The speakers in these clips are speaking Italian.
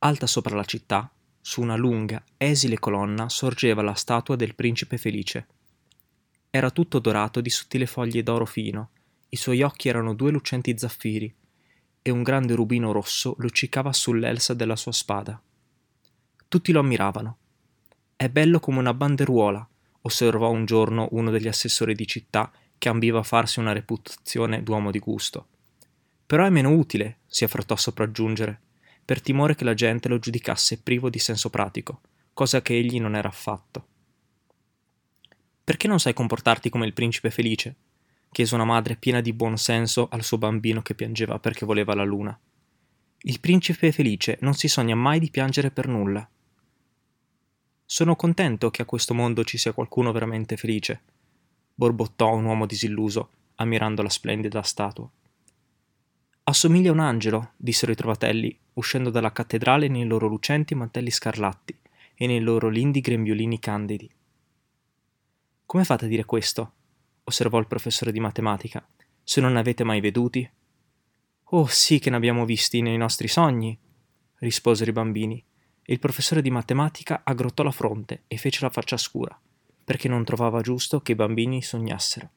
Alta sopra la città, su una lunga, esile colonna sorgeva la statua del principe felice. Era tutto dorato di sottili foglie d'oro fino, i suoi occhi erano 2 lucenti zaffiri, e un grande rubino rosso luccicava sull'elsa della sua spada. Tutti lo ammiravano. È bello come una banderuola, osservò un giorno uno degli assessori di città che ambiva a farsi una reputazione d'uomo di gusto. Però è meno utile, si affrettò a sopraggiungere, per timore che la gente lo giudicasse privo di senso pratico, cosa che egli non era affatto. Perché non sai comportarti come il principe felice? Chiese una madre piena di buon senso al suo bambino che piangeva perché voleva la luna. Il principe felice non si sogna mai di piangere per nulla. Sono contento che a questo mondo ci sia qualcuno veramente felice, borbottò un uomo disilluso, ammirando la splendida statua. Assomiglia a un angelo, dissero i trovatelli, uscendo dalla cattedrale nei loro lucenti mantelli scarlatti e nei loro lindi grembiulini candidi. Come fate a dire questo? Osservò il professore di matematica, se non ne avete mai veduti. Oh sì che ne abbiamo visti nei nostri sogni, risposero i bambini, e il professore di matematica aggrottò la fronte e fece la faccia scura, perché non trovava giusto che i bambini sognassero.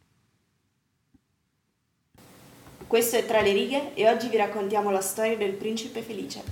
Questo è Tra le righe e oggi vi raccontiamo la storia del principe felice.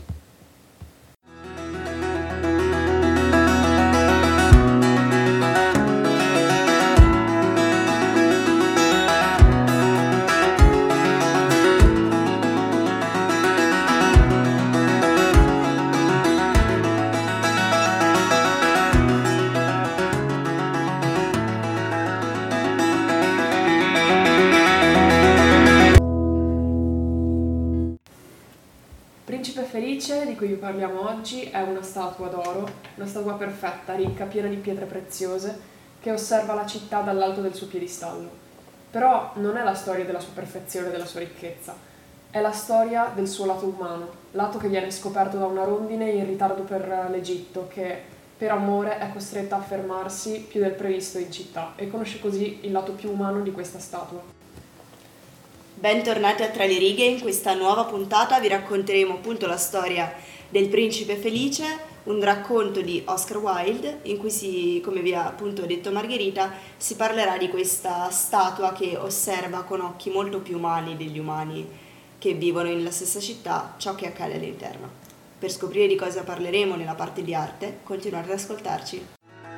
Felice di cui vi parliamo oggi è una statua d'oro, una statua perfetta, ricca, piena di pietre preziose, che osserva la città dall'alto del suo piedistallo. Però non è la storia della sua perfezione e della sua ricchezza, è la storia del suo lato umano, lato che viene scoperto da una rondine in ritardo per l'Egitto, che per amore è costretta a fermarsi più del previsto in città e conosce così il lato più umano di questa statua. Bentornati a Tra le righe, in questa nuova puntata vi racconteremo appunto la storia del principe felice, un racconto di Oscar Wilde in cui come vi ha appunto detto Margherita, si parlerà di questa statua che osserva con occhi molto più umani degli umani che vivono nella stessa città ciò che accade all'interno. Per scoprire di cosa parleremo nella parte di arte, continuate ad ascoltarci.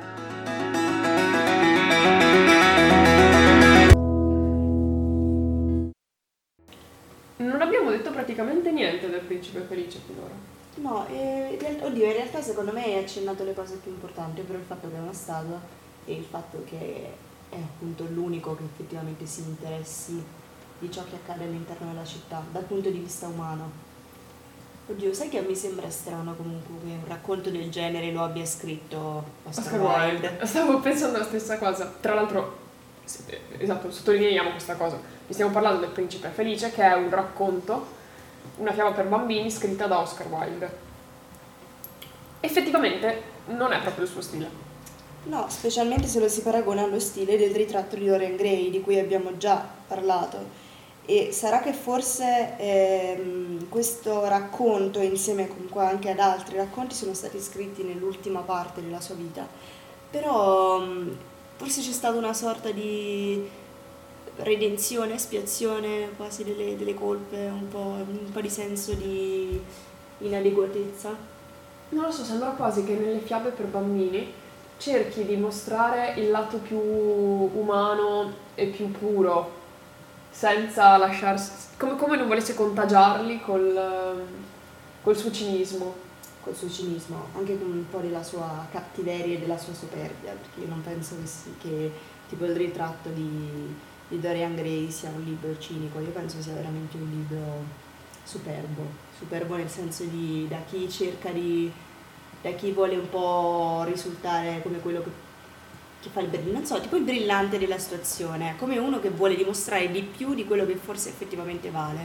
Non abbiamo detto praticamente niente del principe felice finora. No, in realtà secondo me hai accennato le cose più importanti, ovvero il fatto che è una statua e il fatto che è appunto l'unico che effettivamente si interessi di ciò che accade all'interno della città, dal punto di vista umano. Oddio, sai che a me sembra strano comunque che un racconto del genere lo abbia scritto Oscar Wilde. Stavo pensando la stessa cosa. Tra l'altro, esatto, sottolineiamo questa cosa. Vi stiamo parlando del Principe Felice, che è un racconto, una fiaba per bambini scritta da Oscar Wilde. Effettivamente non è proprio il suo stile. No, specialmente se lo si paragona allo stile del ritratto di Dorian Gray, di cui abbiamo già parlato. E sarà che forse questo racconto, insieme comunque anche ad altri racconti, sono stati scritti nell'ultima parte della sua vita. Però forse c'è stata una sorta di redenzione, espiazione quasi delle colpe, un po' di senso di inadeguatezza. Non lo so, sembra quasi che nelle fiabe per bambini cerchi di mostrare il lato più umano e più puro, senza lasciarsi, come non volesse contagiarli col suo cinismo. Col suo cinismo, anche con un po' della sua cattiveria e della sua superbia, perché io non penso che tipo il ritratto di Dorian Gray sia un libro cinico, io penso sia veramente un libro superbo nel senso di da chi vuole un po' risultare come quello che fa il brillante, non so, tipo il brillante della situazione, come uno che vuole dimostrare di più di quello che forse effettivamente vale.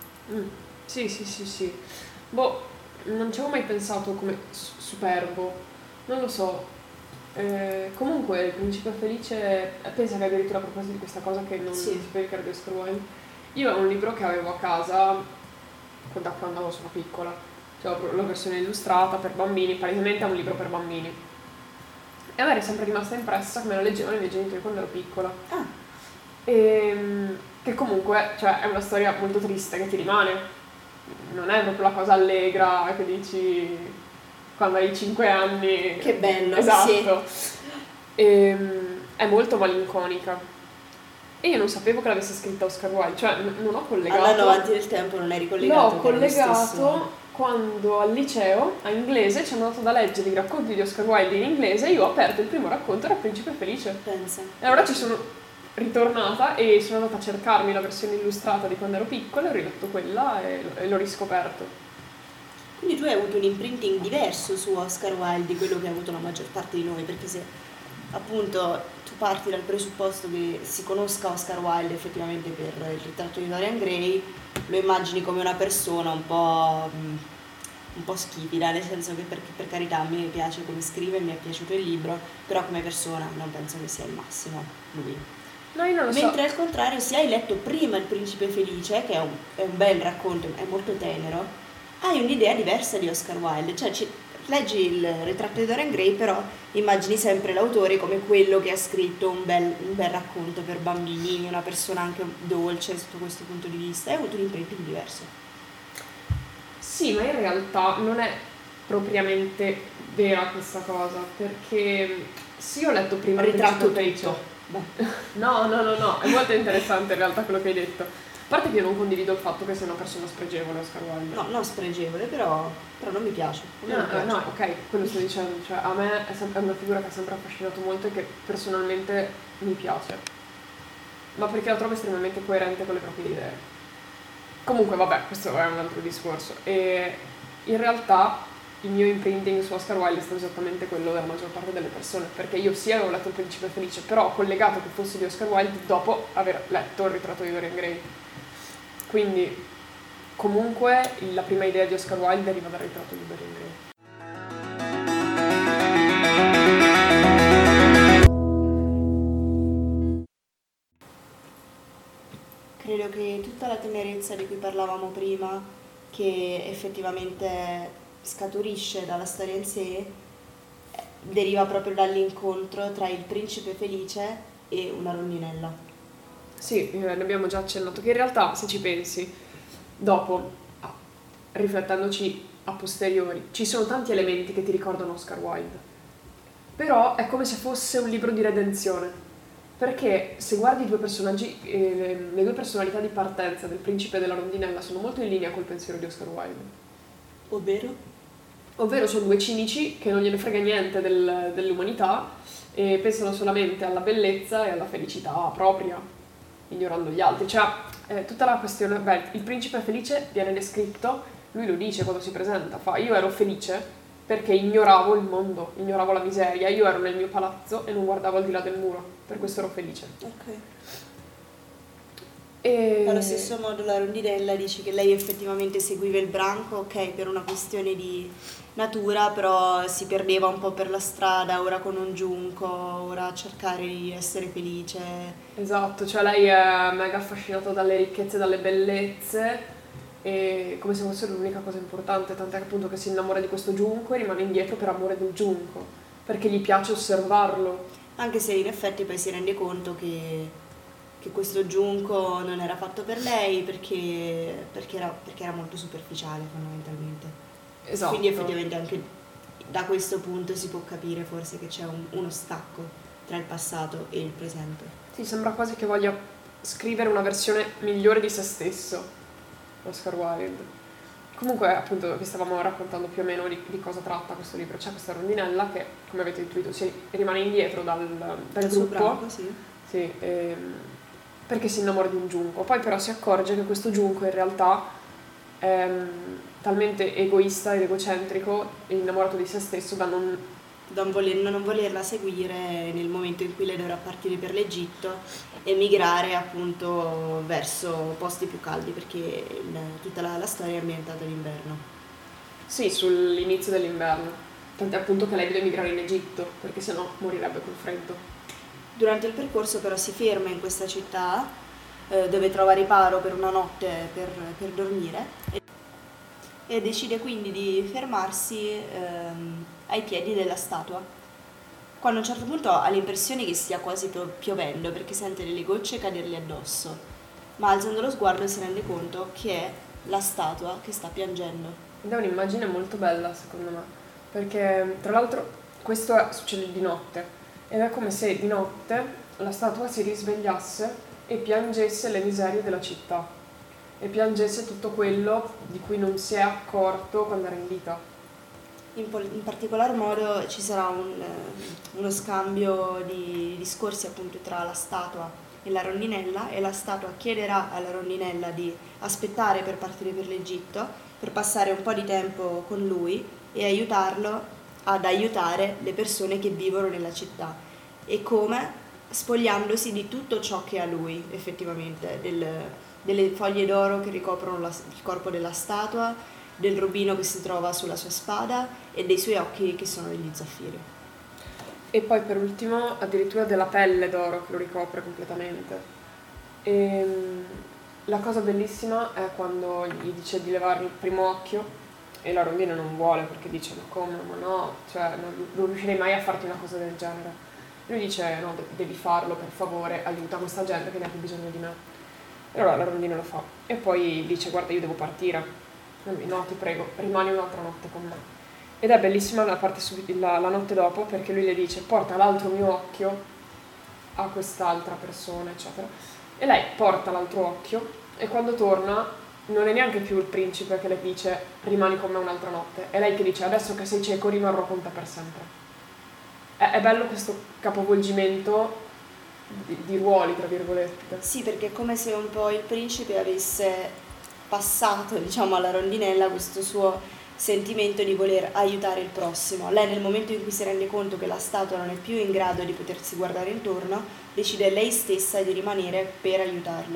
Sì. Boh, non ci avevo mai pensato come superbo, non lo so. Comunque il Principe Felice, pensa che addirittura a proposito di questa cosa che non sapevi che era di Oscar Wilde, io ho un libro che avevo a casa da quando sono piccola, cioè la versione illustrata per bambini, palesemente è un libro per bambini. E a me è sempre rimasta impressa come la leggevano i miei genitori quando ero piccola. Che comunque, cioè, è una storia molto triste che ti rimane. Non è proprio la cosa allegra che dici quando hai 5 anni. Che bello, esatto. sì. È molto malinconica. E io non sapevo che l'avesse scritta Oscar Wilde, cioè non ho collegato. Andando avanti nel tempo non eri collegato. L'ho collegato quando al liceo, a inglese, ci hanno dato da leggere i racconti di Oscar Wilde in inglese e io ho aperto il primo racconto, era Principe Felice. Pensa. E allora ci sono ritornata e sono andata a cercarmi la versione illustrata di quando ero piccola, ho riletto quella e l'ho riscoperto. Quindi tu hai avuto un imprinting diverso su Oscar Wilde di quello che ha avuto la maggior parte di noi, perché se appunto tu parti dal presupposto che si conosca Oscar Wilde effettivamente per il ritratto di Dorian Gray, lo immagini come una persona un po' schifida, nel senso che per carità a me piace come scrive, mi è piaciuto il libro, però come persona non penso che sia il massimo lui. No, io non lo so. Mentre al contrario, se hai letto prima Il Principe Felice, che è un bel racconto, è molto tenero, hai un'idea diversa di Oscar Wilde, cioè leggi il ritratto di Dorian Gray, però immagini sempre l'autore come quello che ha scritto un bel racconto per bambini, una persona anche dolce sotto questo punto di vista, hai avuto un imprinting diverso. Sì, ma in realtà non è propriamente vera questa cosa, perché sì, ho letto prima Il ritratto Principe Felice. tutto. No, è molto interessante in realtà quello che hai detto. A parte che io non condivido il fatto che sia una persona spregevole Oscar Wilde. No, non spregevole, però non mi piace. No, ok, quello sto dicendo, cioè a me è una figura che ha sempre affascinato molto e che personalmente mi piace, ma perché la trovo estremamente coerente con le proprie idee. Comunque vabbè, questo è un altro discorso. E in realtà il mio imprinting su Oscar Wilde è stato esattamente quello della maggior parte delle persone, perché io sì avevo letto Il Principe Felice, però ho collegato che fosse di Oscar Wilde dopo aver letto Il ritratto di Dorian Gray. Quindi comunque la prima idea di Oscar Wilde deriva dal ritratto di Dorian Gray. Credo che tutta la tenerezza di cui parlavamo prima, che effettivamente scaturisce dalla storia in sé, deriva proprio dall'incontro tra il principe felice e una rondinella. Sì, ne abbiamo già accennato, che in realtà se ci pensi, dopo, riflettendoci a posteriori, ci sono tanti elementi che ti ricordano Oscar Wilde, però è come se fosse un libro di redenzione. Perché se guardi i due personaggi, le due personalità di partenza del principe e della rondinella sono molto in linea col pensiero di Oscar Wilde. Ovvero sono due cinici che non gliene frega niente dell'umanità e pensano solamente alla bellezza e alla felicità propria, ignorando gli altri. Cioè, tutta la questione, il principe felice viene descritto, lui lo dice quando si presenta, io ero felice perché ignoravo il mondo, ignoravo la miseria, io ero nel mio palazzo e non guardavo al di là del muro, per questo ero felice. Ok. E allo stesso modo la rondinella dice che lei effettivamente seguiva il branco, ok, per una questione di natura, però si perdeva un po' per la strada, ora con un giunco, ora a cercare di essere felice. Esatto, cioè lei è mega affascinata dalle ricchezze, dalle bellezze, e come se fosse l'unica cosa importante, tant'è che appunto che si innamora di questo giunco e rimane indietro per amore del giunco, perché gli piace osservarlo. Anche se in effetti poi si rende conto che questo giunco non era fatto per lei perché era molto superficiale fondamentalmente. Esatto. Quindi effettivamente anche da questo punto si può capire forse che c'è uno stacco tra il passato e il presente. Sì, sembra quasi che voglia scrivere una versione migliore di se stesso, Oscar Wilde. Comunque, appunto, vi stavamo raccontando più o meno di cosa tratta questo libro. C'è questa rondinella che, come avete intuito, rimane indietro dal gruppo. Branco, sì. Sì, perché si innamora di un giunco. Poi però si accorge che questo giunco in realtà è talmente egoista ed egocentrico e innamorato di se stesso da non volerla seguire nel momento in cui lei dovrà partire per l'Egitto e migrare appunto verso posti più caldi, perché tutta la storia è ambientata all'inverno. Sì, sull'inizio dell'inverno. Tant'è appunto che lei deve migrare in Egitto, perché sennò morirebbe col freddo. Durante il percorso però si ferma in questa città dove trova riparo per una notte per dormire e decide quindi di fermarsi ai piedi della statua. Quando a un certo punto ha l'impressione che stia quasi piovendo perché sente delle gocce cadergli addosso, ma alzando lo sguardo si rende conto che è la statua che sta piangendo. Ed è un'immagine molto bella secondo me, perché tra l'altro questo succede di notte ed è come se di notte la statua si risvegliasse e piangesse le miserie della città e piangesse tutto quello di cui non si è accorto quando era in vita. In particolar modo ci sarà uno scambio di discorsi appunto tra la statua e la rondinella, e la statua chiederà alla rondinella di aspettare per partire per l'Egitto, per passare un po' di tempo con lui e aiutarlo ad aiutare le persone che vivono nella città. E come? Spogliandosi di tutto ciò che ha lui effettivamente, delle foglie d'oro che ricoprono il corpo della statua, del rubino che si trova sulla sua spada e dei suoi occhi che sono degli zaffiri. E poi per ultimo addirittura della pelle d'oro che lo ricopre completamente. E la cosa bellissima è quando gli dice di levare il primo occhio e la rondine non vuole perché dice ma come, ma no, cioè non riuscirei mai a farti una cosa del genere. Lui dice no, devi farlo per favore, aiuta questa gente che ne ha più bisogno di me. E allora la rondine lo fa e poi dice guarda io devo partire. No, ti prego, rimani un'altra notte con me. Ed è bellissima la parte la notte dopo perché lui le dice porta l'altro mio occhio a quest'altra persona, eccetera. E lei porta l'altro occhio e quando torna non è neanche più il principe che le dice rimani con me un'altra notte, è lei che dice adesso che sei cieco rimarrò con te per sempre. È bello questo capovolgimento di ruoli, tra virgolette. Sì, perché è come se un po' il principe avesse passato, diciamo, alla rondinella questo suo sentimento di voler aiutare il prossimo. Lei nel momento in cui si rende conto che la statua non è più in grado di potersi guardare intorno, decide lei stessa di rimanere per aiutarlo.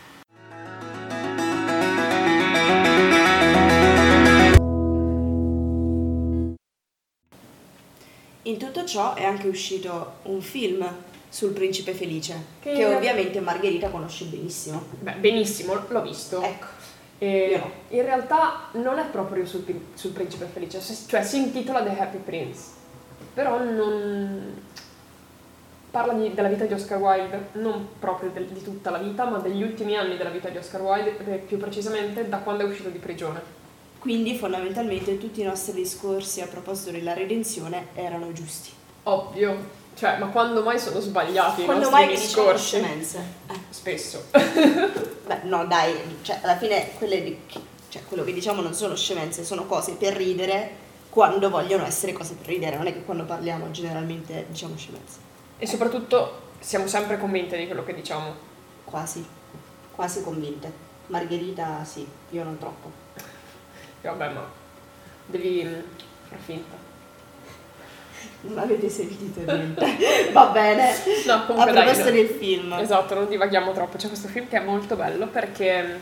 In tutto ciò è anche uscito un film sul principe felice, che ovviamente Margherita conosce benissimo. Beh, benissimo, l'ho visto. Ecco. E no. In realtà non è proprio sul principe felice, cioè si intitola The Happy Prince, però non parla della vita di Oscar Wilde, non proprio di tutta la vita, ma degli ultimi anni della vita di Oscar Wilde, più precisamente da quando è uscito di prigione. Quindi fondamentalmente tutti i nostri discorsi a proposito della redenzione erano giusti. Ovvio. Cioè, ma quando mai sono sbagliati quando i nostri mai discorsi? Quando mai scemenze? Spesso. Beh, no, dai, cioè, alla fine quello che diciamo non sono scemenze, sono cose per ridere quando vogliono essere cose per ridere, non è che quando parliamo generalmente diciamo scemenze. E soprattutto siamo sempre convinte di quello che diciamo. Quasi convinte. Margherita sì, io non troppo. Vabbè, ma devi far finta. Non avete sentito niente. Va bene. No, comunque a proposito del film. Esatto, non divaghiamo troppo. C'è questo film che è molto bello perché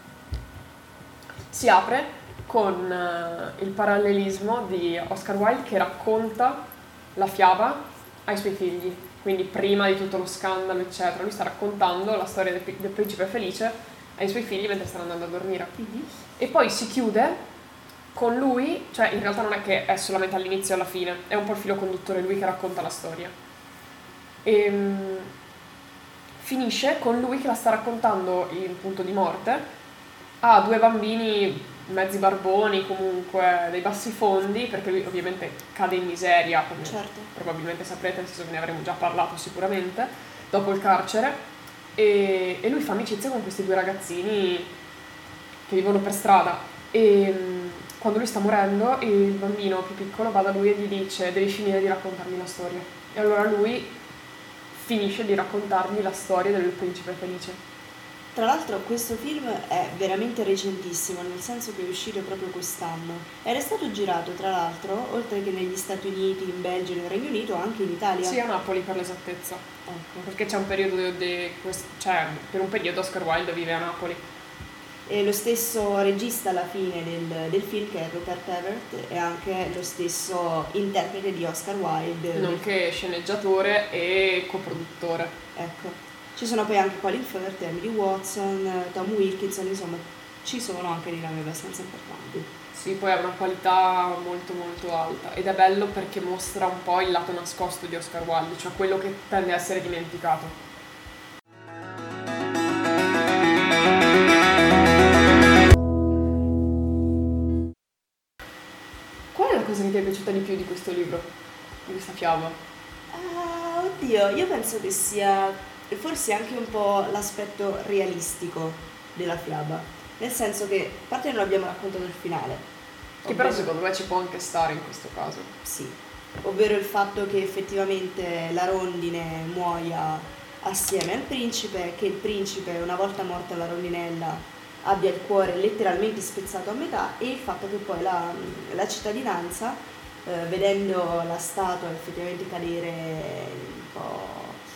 si apre con il parallelismo di Oscar Wilde che racconta la fiaba ai suoi figli. Quindi prima di tutto lo scandalo, eccetera, lui sta raccontando la storia del principe felice ai suoi figli mentre stanno andando a dormire. Mm-hmm. E poi si chiude con lui, cioè in realtà non è che è solamente all'inizio e alla fine, è un po' il filo conduttore, lui che racconta la storia. E finisce con lui che la sta raccontando in punto di morte a due bambini mezzi barboni, comunque dei bassi fondi, perché lui ovviamente cade in miseria, come certo. Probabilmente saprete, nel senso che ne avremo già parlato sicuramente, dopo il carcere, e lui fa amicizia con questi due ragazzini che vivono per strada. E quando lui sta morendo, il bambino più piccolo va da lui e gli dice devi finire di raccontarmi la storia. E allora lui finisce di raccontargli la storia del principe felice. Tra l'altro questo film è veramente recentissimo, nel senso che è uscito proprio quest'anno. Ed è stato girato, tra l'altro, oltre che negli Stati Uniti, in Belgio e nel Regno Unito, anche in Italia. Sì, a Napoli per l'esattezza. Ecco. Perché c'è un periodo cioè per un periodo Oscar Wilde vive a Napoli. E lo stesso regista alla fine del film, che è Rupert Everett, è anche lo stesso interprete di Oscar Wilde. Nonché sceneggiatore e coproduttore. Ecco. Ci sono poi anche Colin Firth, Emily Watson, Tom Wilkinson, insomma, ci sono anche dei nomi abbastanza importanti. Sì, poi ha una qualità molto molto alta ed è bello perché mostra un po' il lato nascosto di Oscar Wilde, cioè quello che tende a essere dimenticato. Qual è la cosa che ti è piaciuta di più di questo libro, di questa fiaba? Oddio, io penso che sia forse anche un po' l'aspetto realistico della fiaba, nel senso che, a parte non abbiamo raccontato il finale, Che però ovvero- secondo me ci può anche stare in questo caso. sì, ovvero il fatto che effettivamente la rondine muoia assieme al principe, che il principe, una volta morta la rondinella, abbia il cuore letteralmente spezzato a metà, e il fatto che poi la cittadinanza, vedendo la statua effettivamente cadere un po'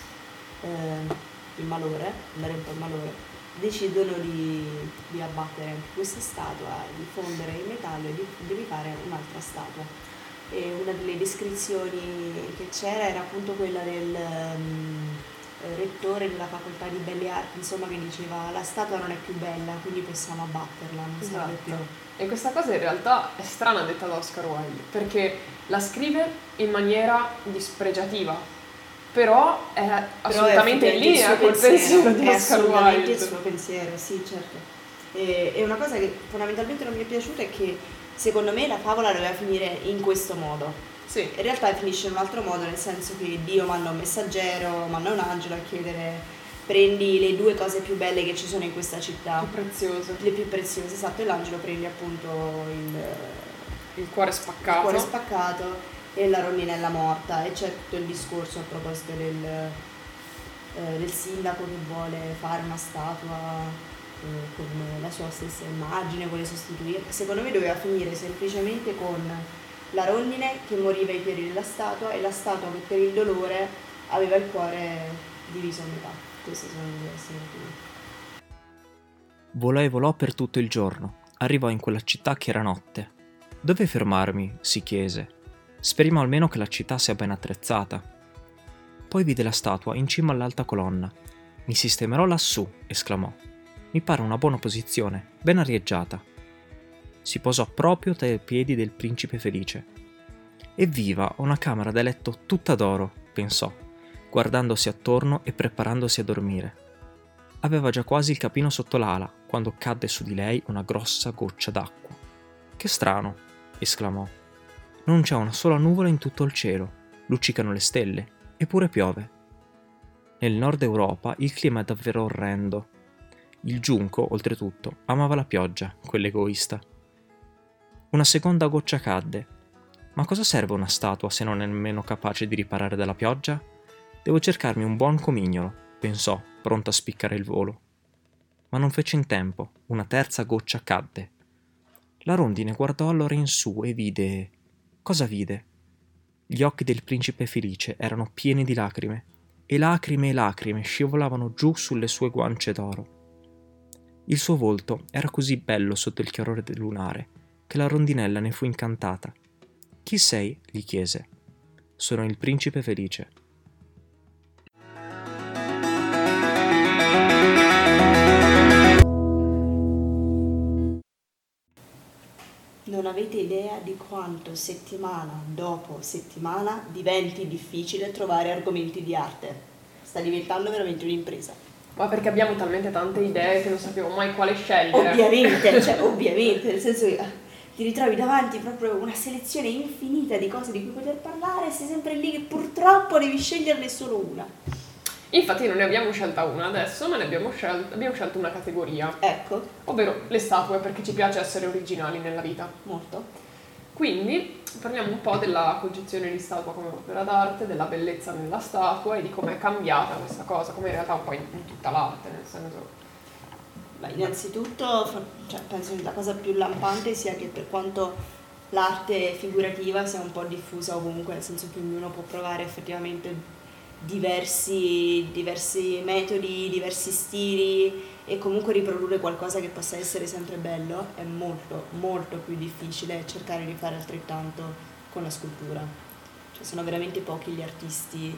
in malore, andare un po' in malore, decidono di abbattere anche questa statua, di fondere il metallo e di rifare un'altra statua. E una delle descrizioni che c'era era appunto quella del rettore della facoltà di belle arti, insomma, che diceva: la statua non è più bella, quindi possiamo abbatterla, non serve più. E questa cosa in realtà è strana detta da Oscar Wilde, perché la scrive in maniera dispregiativa, però è assolutamente in linea col pensiero di è Oscar assolutamente il Wilde. suo pensiero, sì, certo. E una cosa che fondamentalmente non mi è piaciuta è che secondo me la favola doveva finire in questo modo. Sì, In realtà finisce in un altro modo, nel senso che Dio manda un messaggero, manda un angelo a chiedere: prendi le due cose più belle che ci sono in questa città, più prezioso. le più preziose, esatto, e l'angelo prende appunto Il cuore il spaccato. cuore spaccato e la rondinella morta, e c'è tutto il discorso a proposito del sindaco che vuole fare una statua con la sua stessa immagine, vuole sostituire. Secondo me doveva finire semplicemente con la rondine che moriva ai piedi della statua e la statua che per il dolore aveva il cuore diviso a metà. Queste sono le due esseri. Volò e volò per tutto il giorno. Arrivò in quella città che era notte. Dove fermarmi? Si chiese. Speriamo almeno che la città sia ben attrezzata. Poi vide la statua in cima all'alta colonna. Mi sistemerò lassù, esclamò. Mi pare una buona posizione, ben arieggiata. Si posò proprio tra i piedi del principe felice. Evviva, una camera da letto tutta d'oro, pensò, guardandosi attorno e preparandosi a dormire. Aveva già quasi il capino sotto l'ala, quando cadde su di lei una grossa goccia d'acqua. Che strano, esclamò. Non c'è una sola nuvola in tutto il cielo, luccicano le stelle, eppure piove. Nel nord Europa il clima è davvero orrendo. Il giunco, oltretutto, amava la pioggia, quell'egoista. Una seconda goccia cadde. Ma cosa serve una statua se non è nemmeno capace di riparare dalla pioggia? Devo cercarmi un buon comignolo, pensò, pronto a spiccare il volo. Ma non fece in tempo, una terza goccia cadde. La rondine guardò allora in su e vide... Cosa vide? Gli occhi del principe felice erano pieni di lacrime, e lacrime scivolavano giù sulle sue guance d'oro. Il suo volto era così bello sotto il chiarore del lunare, che la rondinella ne fu incantata. «Chi sei?» gli chiese. «Sono il principe felice». Non avete idea di quanto settimana dopo settimana diventi difficile trovare argomenti di arte. Sta diventando veramente un'impresa. Ma perché abbiamo talmente tante idee che non sappiamo mai quale scegliere. Ovviamente, nel senso che ti ritrovi davanti proprio una selezione infinita di cose di cui poter parlare e sei sempre lì che purtroppo devi sceglierne solo una. Infatti non ne abbiamo scelta una adesso, ma abbiamo scelto una categoria, Ecco, ovvero le statue, perché ci piace essere originali nella vita. molto. Quindi parliamo un po' della concezione di statua come opera d'arte, della bellezza nella statua e di come è cambiata questa cosa, come in realtà un po' in tutta l'arte, nel senso... Beh, innanzitutto, penso che la cosa più lampante sia che, per quanto l'arte figurativa sia un po' diffusa ovunque, nel senso che ognuno può provare effettivamente diversi metodi, diversi stili, e comunque riprodurre qualcosa che possa essere sempre bello, è molto, molto più difficile cercare di fare altrettanto con la scultura. Cioè, sono veramente pochi gli artisti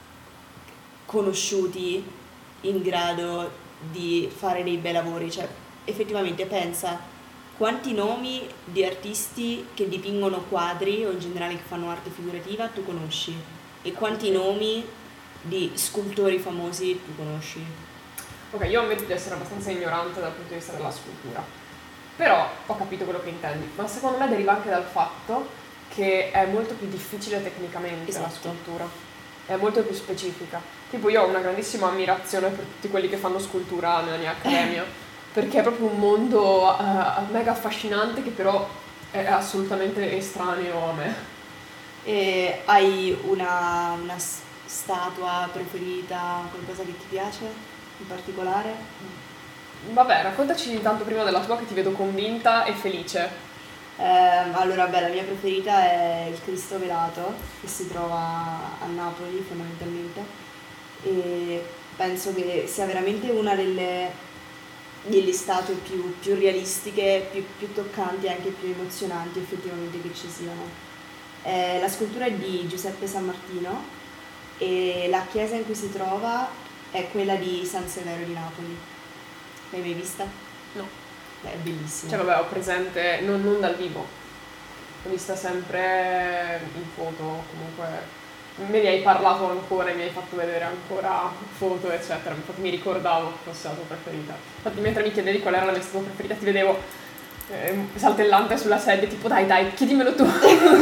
conosciuti in grado di fare dei bei lavori, cioè effettivamente pensa quanti nomi di artisti che dipingono quadri o in generale che fanno arte figurativa tu conosci e quanti nomi di scultori famosi tu conosci. Ok, io ammetto di essere abbastanza ignorante dal punto di vista della scultura, però ho capito quello che intendi, ma secondo me deriva anche dal fatto che è molto più difficile tecnicamente la scultura, è molto più specifica. Tipo io ho una grandissima ammirazione per tutti quelli che fanno scultura nella mia accademia, perché è proprio un mondo mega affascinante che però è assolutamente estraneo a me. E hai una statua preferita, qualcosa che ti piace in particolare? Vabbè, raccontaci tanto prima della tua che ti vedo convinta e felice. Allora, beh, la mia preferita è il Cristo Velato, che si trova a Napoli fondamentalmente, e penso che sia veramente una delle statue più realistiche, più toccanti e anche più emozionanti effettivamente che ci siano. La scultura è di Giuseppe San Martino e la chiesa in cui si trova è quella di San Severo di Napoli. L'hai mai vista? No. Beh, è bellissima. Cioè vabbè, ho presente, non dal vivo, l'ho vista sempre in foto, comunque me ne hai parlato ancora e mi hai fatto vedere ancora foto eccetera, infatti mi ricordavo che fosse la tua preferita. Infatti mentre mi chiedevi qual era la mia statua preferita ti vedevo saltellante sulla sedia tipo dai chiedimelo tu.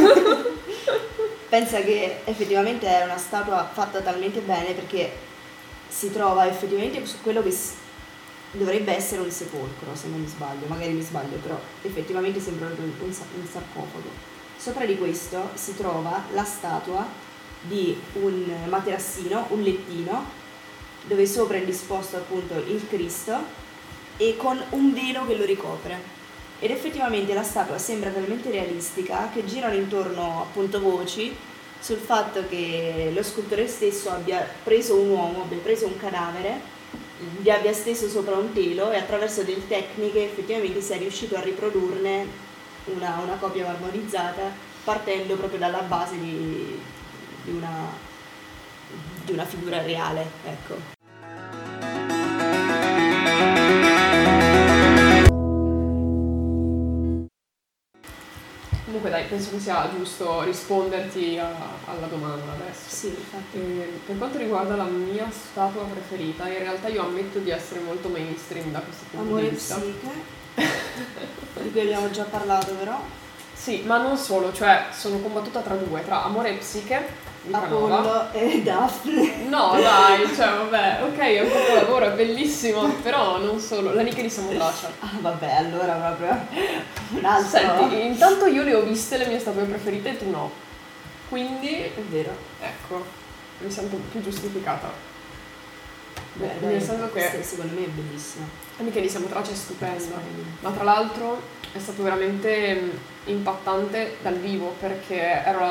Pensa che effettivamente è una statua fatta talmente bene perché si trova effettivamente su quello che dovrebbe essere un sepolcro, se non mi sbaglio, magari mi sbaglio, però effettivamente sembra un sarcofago. Sopra di questo si trova la statua di un materassino, un lettino, dove sopra è disposto appunto il Cristo e con un velo che lo ricopre. Ed effettivamente la statua sembra talmente realistica che girano intorno appunto voci sul fatto che lo scultore stesso abbia preso un uomo, abbia preso un cadavere, gli abbia steso sopra un telo e attraverso delle tecniche effettivamente sia riuscito a riprodurne una copia marmorizzata partendo proprio dalla base di una figura reale, ecco. Comunque dai, penso che sia giusto risponderti alla domanda adesso. Sì, infatti. Per quanto riguarda la mia statua preferita, in realtà io ammetto di essere molto mainstream da questo punto Amore di vista. Psiche, di cui abbiamo già parlato però. Sì, ma non solo, cioè sono combattuta tra due, tra Amore e Psiche di Canova. Apollo e Daphne. No, dai, cioè vabbè, ok, è un capolavoro, è bellissimo, però non solo, la Nike di Samotracia. Ah vabbè, allora proprio un altro. Senti, intanto io le ho viste le mie statue preferite e tu no, quindi È vero. ecco, mi sento più giustificata. Beh, Nel senso che questa secondo me è bellissima. la Nike di Samotracia è stupenda, ma tra l'altro è stato veramente impattante dal vivo perché ero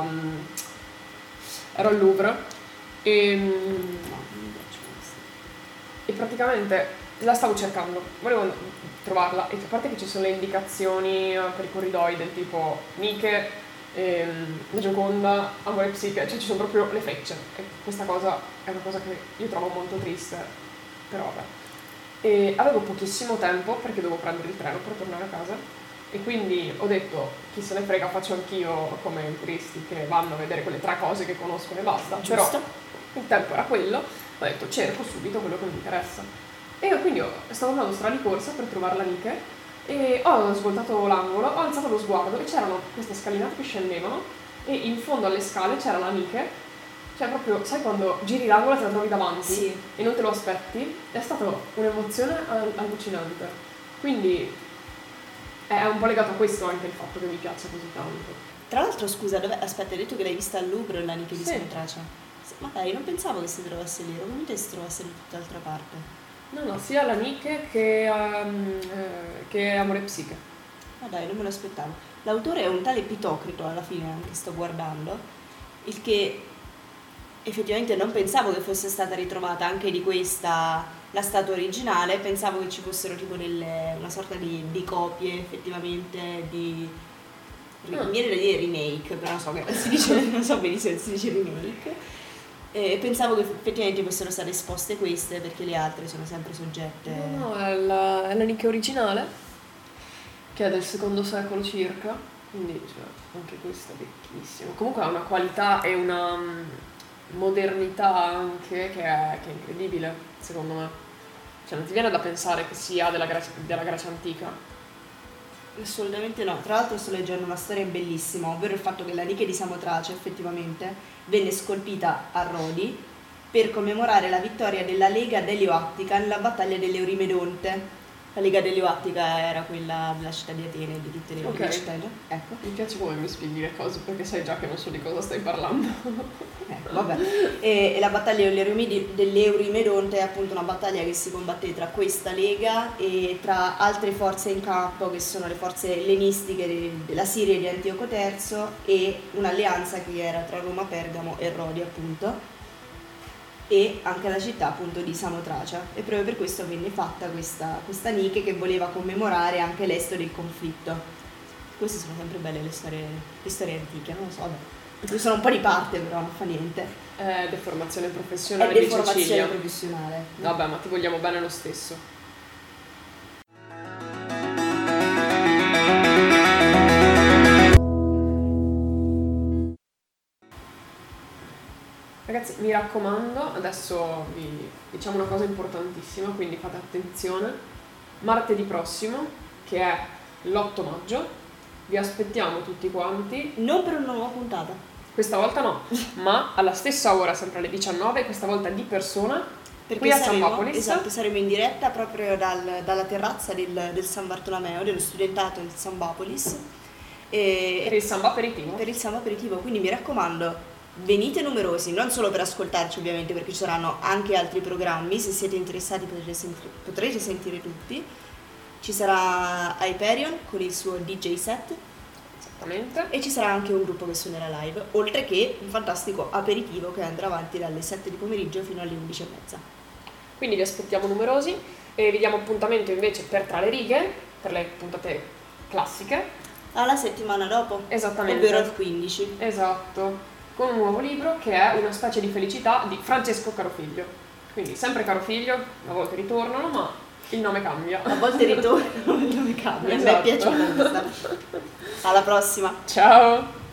al Louvre e praticamente la stavo cercando, volevo trovarla, e a parte che ci sono le indicazioni per i corridoi del tipo Nike, la Gioconda, Amore e Psiche, cioè ci sono proprio le frecce e questa cosa è una cosa che io trovo molto triste, però vabbè. E avevo pochissimo tempo perché dovevo prendere il treno per tornare a casa e quindi ho detto chi se ne frega, faccio anch'io come i turisti che vanno a vedere quelle 3 cose che conoscono e basta. Giusto. Però il tempo era quello, ho detto cerco subito quello che mi interessa e io quindi stavo andando strada di corsa per trovare la Nike e ho svoltato l'angolo, ho alzato lo sguardo e c'erano queste scalinate che scendevano e in fondo alle scale c'era la Nike. Cioè proprio, sai quando giri l'angolo e te la trovi davanti Sì. e non te lo aspetti? È stata un'emozione allucinante. Quindi è un po' legato a questo anche il fatto che mi piaccia così tanto. Tra l'altro, scusa, aspetta, hai detto che l'hai vista al Louvre la Nike di Sì. Samotracia? Ma dai, non pensavo che si trovasse lì, ero convinta che si trovasse da tutt'altra parte. No, sia la Nike che Amore e Psiche. Ma dai, non me lo aspettavo. L'autore è un tale Pitocrito alla fine, anche sto guardando, il che effettivamente non pensavo che fosse stata ritrovata anche di questa la statua originale, pensavo che ci fossero tipo una sorta di copie effettivamente mi viene da dire remake, però non so che si dice, non so benissimo se si dice remake. E pensavo che effettivamente fossero state esposte queste, perché le altre sono sempre soggette. No, è la nicchia originale, che è del secondo secolo circa, quindi cioè, anche questa è vecchissima. Comunque ha una qualità e una modernità anche che è incredibile, secondo me. Cioè non ti viene da pensare che sia della Grecia antica. Assolutamente no. Tra l'altro sto leggendo una storia bellissima, ovvero il fatto che la Nike di Samotrace effettivamente venne scolpita a Rodi per commemorare la vittoria della Lega dell'Eoattica nella battaglia dell'Eurimedonte. La Lega dell'Eoattica era quella della città di Atene e di tutte le città. Ecco. Mi piace come mi spieghi le cose perché sai già che non so di cosa stai parlando. Vabbè. E la battaglia dell'Eurimedonte è appunto una battaglia che si combatté tra questa lega e tra altre forze in campo, che sono le forze ellenistiche della Siria di Antioco III, e un'alleanza che era tra Roma, Pergamo e Rodi appunto, e anche la città appunto di Samotracia, e proprio per questo venne fatta questa Nike che voleva commemorare anche l'esito del conflitto. Queste sono sempre belle le storie antiche, non lo so, vabbè. Sono un po' di parte, però non fa niente. È deformazione professionale È di deformazione Cecilia. professionale. Vabbè, ma ti vogliamo bene lo stesso. Ragazzi, mi raccomando, adesso vi diciamo una cosa importantissima, quindi fate attenzione. Martedì prossimo, che è l'8 maggio, vi aspettiamo tutti quanti. Non per una nuova puntata. Questa volta no, ma alla stessa ora, sempre alle 19, questa volta di persona, Perché qui a Sambapolis. Esatto, saremo in diretta proprio dalla terrazza del San Bartolomeo, dello studentato del Sambapolis. Per il Samba Aperitivo. Per il Samba Aperitivo, quindi mi raccomando, venite numerosi, non solo per ascoltarci ovviamente, perché ci saranno anche altri programmi, se siete interessati potrete sentire tutti. Ci sarà Hyperion con il suo DJ set. Esattamente. E ci sarà anche un gruppo che suonerà live, oltre che un fantastico aperitivo che andrà avanti dalle 7 di pomeriggio fino alle 11:30. Quindi vi aspettiamo numerosi e vi diamo appuntamento invece per Tra le righe, per le puntate classiche. Alla settimana dopo. Esattamente. Ovvero il 15. Esatto. Con un nuovo libro che è Una specie di felicità di Francesco Carofiglio. Quindi sempre Carofiglio, a volte ritornano, ma il nome cambia. A volte ritornano, il nome cambia. Esatto. A me è piaciuta questa. Alla prossima. Ciao!